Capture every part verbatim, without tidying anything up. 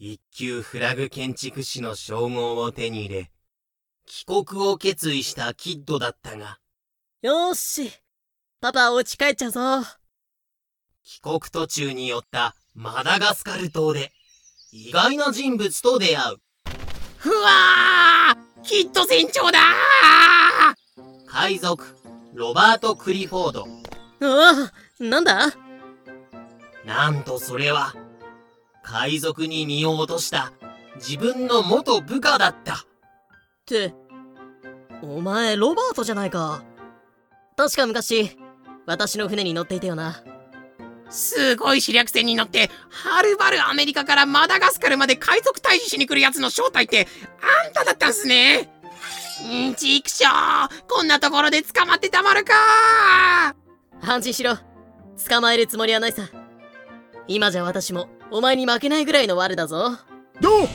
一級フラグ建築士の称号を手に入れ、帰国を決意したキッドだったが、 よーし、パパお家帰っちゃうぞ。 帰国途中に寄ったマダガスカル島で意外な人物と出会う。 ふわー、キッド船長だー。 海賊ロバート・クリフォード。 うわ、なんだ？ なんとそれは海賊に身を落とした自分の元部下だった。 って、お前ロバートじゃないか。確か昔私の船に乗っていたよな。 すごい試略船に乗ってはるばるアメリカからマダガスカルまで海賊退治しに来るやつの正体ってあんただったんすね。んちくしょう、こんなところで捕まってたまるかー。 安心しろ、捕まえるつもりはないさ。今じゃ私もお前に負けないぐらいの悪だぞ。 どう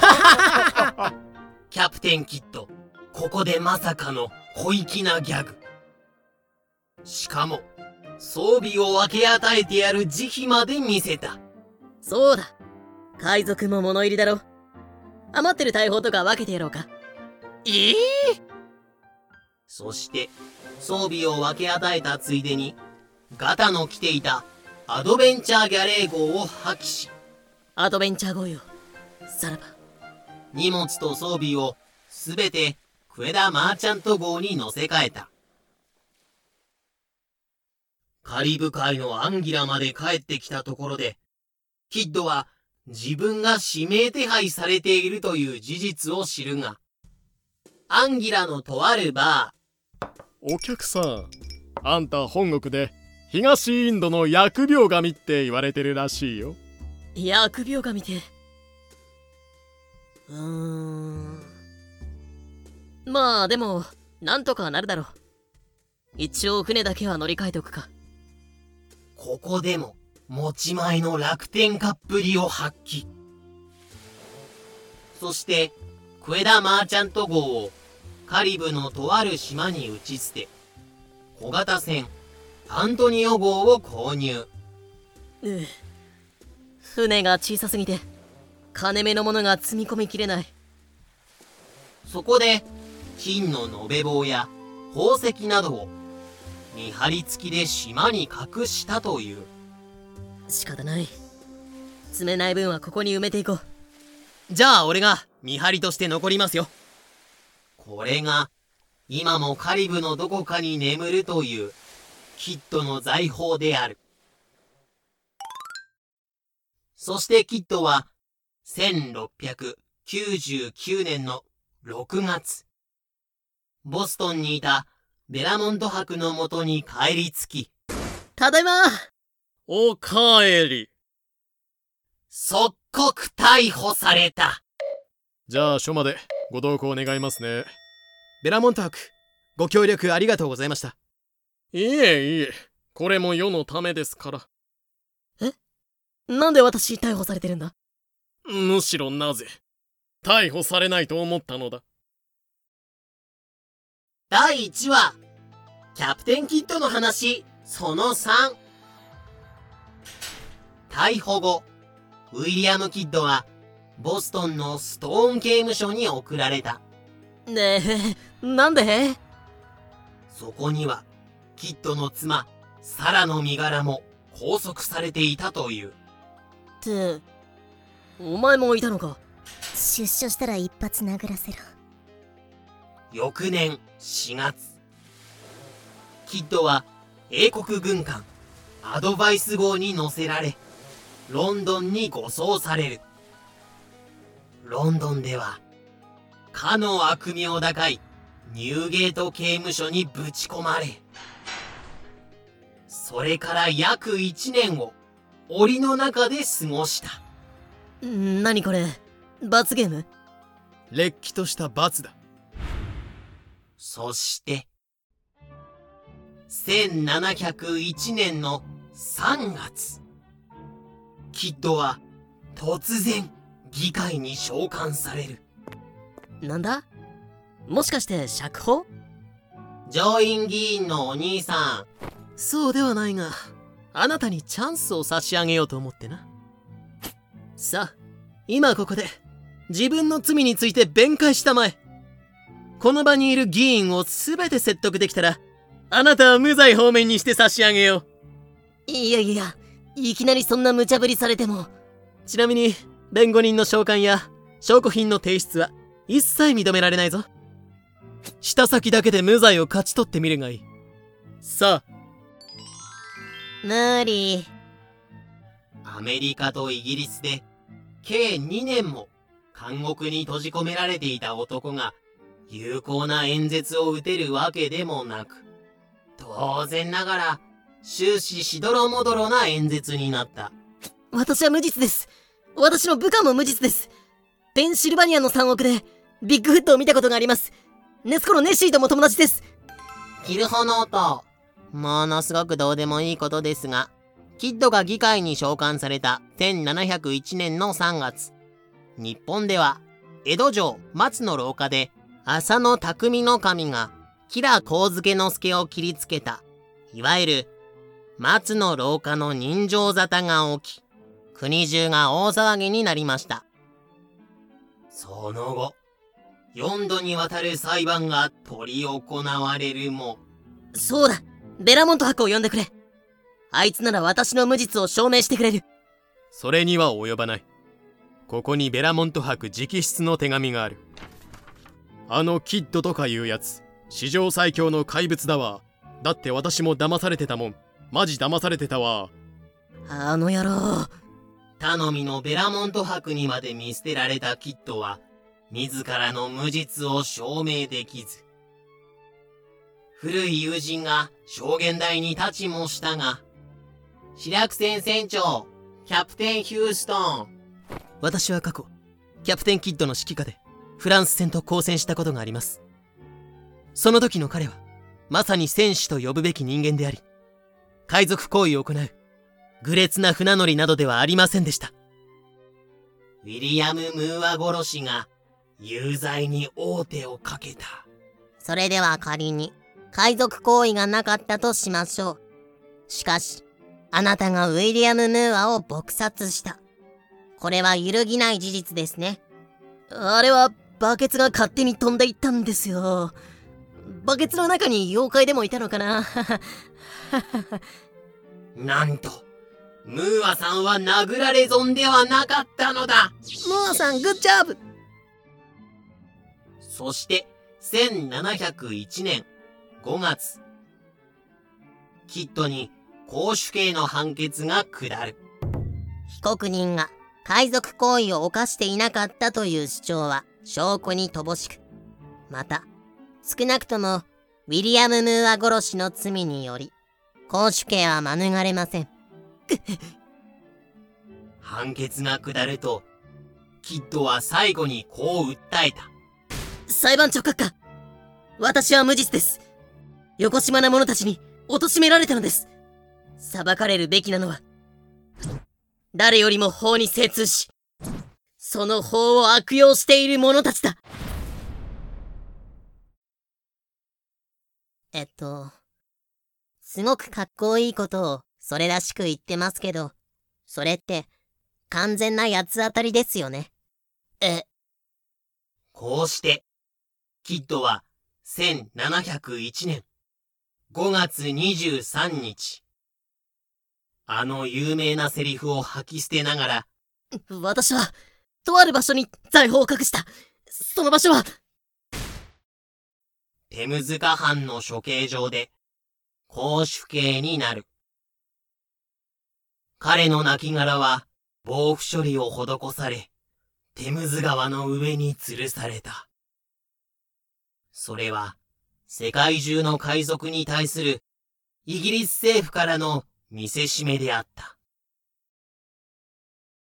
キャプテンキッド、ここでまさかの小粋なギャグ。しかも装備を分け与えてやる慈悲まで見せた。 そうだ、海賊も物入りだろ。余ってる大砲とか分けてやろうか。 ええー、 そして装備を分け与えたついでにガタの着ていたアドベンチャーギャレー号を破棄し、 アドベンチャー号よ、さらば。 荷物と装備をすべてクエダ・マーチャント号に乗せ替えた。カリブ海のアンギラまで帰ってきたところで、キッドは自分が指名手配されているという事実を知るが、アンギラのとあるバー。 お客さん、あんた本国で東インドの疫病神って言われてるらしいよ。 疫病神って、うーん、まあでもなんとかなるだろう。一応船だけは乗り換えておくか。 ここでも持ち前の楽天家っぷりを発揮。そしてクエダ・マーチャント号をカリブのとある島に打ち捨て、小型船アントニオ号を購入。 うう、船が小さすぎて金目のものが積み込みきれない。 そこで金の延べ棒や宝石などを見張り付きで島に隠したという。 仕方ない、積めない分はここに埋めていこう。 じゃあ俺が見張りとして残りますよ。 これが今もカリブのどこかに眠るというキッドの財宝である。そしてキッドはせんろっぴゃくきゅうじゅうきゅうねんのろくがつ、ボストンにいたベラモント伯のもとに帰り着き、 ただいま。 おかえり。 即刻逮捕された。 じゃあ署までご同行願いますね。 ベラモント伯、ご協力ありがとうございました。 いえいえ、これも世のためですから。 え、なんで私逮捕されてるんだ？ むしろなぜ逮捕されないと思ったのだ。 だいいちわ、キャプテンキッドの話そのさん。逮捕後、ウィリアム・キッドはボストンのストーン刑務所に送られた。 ねえ、なんで？ そこにはキッドの妻サラの身柄も拘束されていたという。 って、お前もいたのか？ 出所したら一発殴らせろ。 翌年しがつ、キッドは英国軍艦アドバイス号に乗せられ、ロンドンに護送される。ロンドンではかの悪名高いニューゲート刑務所にぶち込まれ、それから約いちねんを檻の中で過ごした。 ん、何これ、罰ゲーム？ れっきとした罰だ。 そしてせんななひゃくいちねんのさんがつ、キッドは突然議会に召喚される。 なんだ？もしかして釈放？ 上院議員のお兄さん。 そうではないが、あなたにチャンスを差し上げようと思ってな。さあ、 今ここで自分の罪について弁解したまえ。この場にいる議員をすべて説得できたら、あなたは無罪放免にして差し上げよう。 いやいや、いきなりそんな無茶ぶりされても。 ちなみに弁護人の召喚や証拠品の提出は一切認められないぞ。舌先だけで無罪を勝ち取ってみるがいい。さあ。 無理。 アメリカとイギリスで計にねんも監獄に閉じ込められていた男が有効な演説を打てるわけでもなく、当然ながら終始しどろもどろな演説になった。 私は無実です。私の部下も無実です。ペンシルバニアの山奥でビッグフットを見たことがあります。ネスコのネッシーとも友達です。 キルホノート、ものすごくどうでもいいことですが、キッドが議会に召喚されたせんななひゃくいちねんのさんがつ、日本では江戸城松の廊下で浅野匠の神が吉良上野之助を切りつけた、いわゆる松の廊下の人情沙汰が起き、国中が大騒ぎになりました。その後、よんどにわたる裁判が執り行われるも、 そうだ、ベラモント博を呼んでくれ。あいつなら私の無実を証明してくれる。 それには及ばない。ここにベラモント博直筆の手紙がある。あのキッドとかいうやつ、史上最強の怪物だわ。だって私も騙されてたもん。マジ騙されてたわ。 あの野郎。 頼みのベラモント博にまで見捨てられたキッドは、自らの無実を証明できず、古い友人が証言台に立ちもしたが、シラク船船長、キャプテンヒューストン。 私は過去、キャプテンキッドの指揮下でフランス船と交戦したことがあります。その時の彼は、まさに戦士と呼ぶべき人間であり、海賊行為を行う、愚劣な船乗りなどではありませんでした。 ウィリアム・ムーア殺しが有罪に王手をかけた。 それでは仮に海賊行為がなかったとしましょう。しかし、あなたがウィリアム・ムーアを撲殺した。これは揺るぎない事実ですね。 あれはバケツが勝手に飛んでいったんですよ。バケツの中に妖怪でもいたのかな。 なんと、ムーアさんは殴られ損ではなかったのだ。 ムーアさん、グッジョブ。 そしてせんななひゃくいちねんごがつ、キッドに公主刑の判決が下る。 被告人が海賊行為を犯していなかったという主張は証拠に乏しく、また少なくともウィリアム・ムーア殺しの罪により公主刑は免れません。 判決が下ると、キッドは最後にこう訴えた。 裁判長閣下、私は無実です。よこしまな者たちに貶められたのです。裁かれるべきなのは、誰よりも法に精通し、その法を悪用している者たちだ。 えっと、すごくかっこいいことをそれらしく言ってますけど、それって完全な八つ当たりですよね。 え、 こうして、キッドはせんななひゃくいちねんごがつにじゅうさんにち、あの有名なセリフを吐き捨てながら、 私は、とある場所に財宝を隠した。その場所は、 テムズ河畔の処刑場で、公主刑になる。彼の亡骸は、防腐処理を施され、テムズ川の上に吊るされた。それは、世界中の海賊に対する、イギリス政府からの見せしめであった。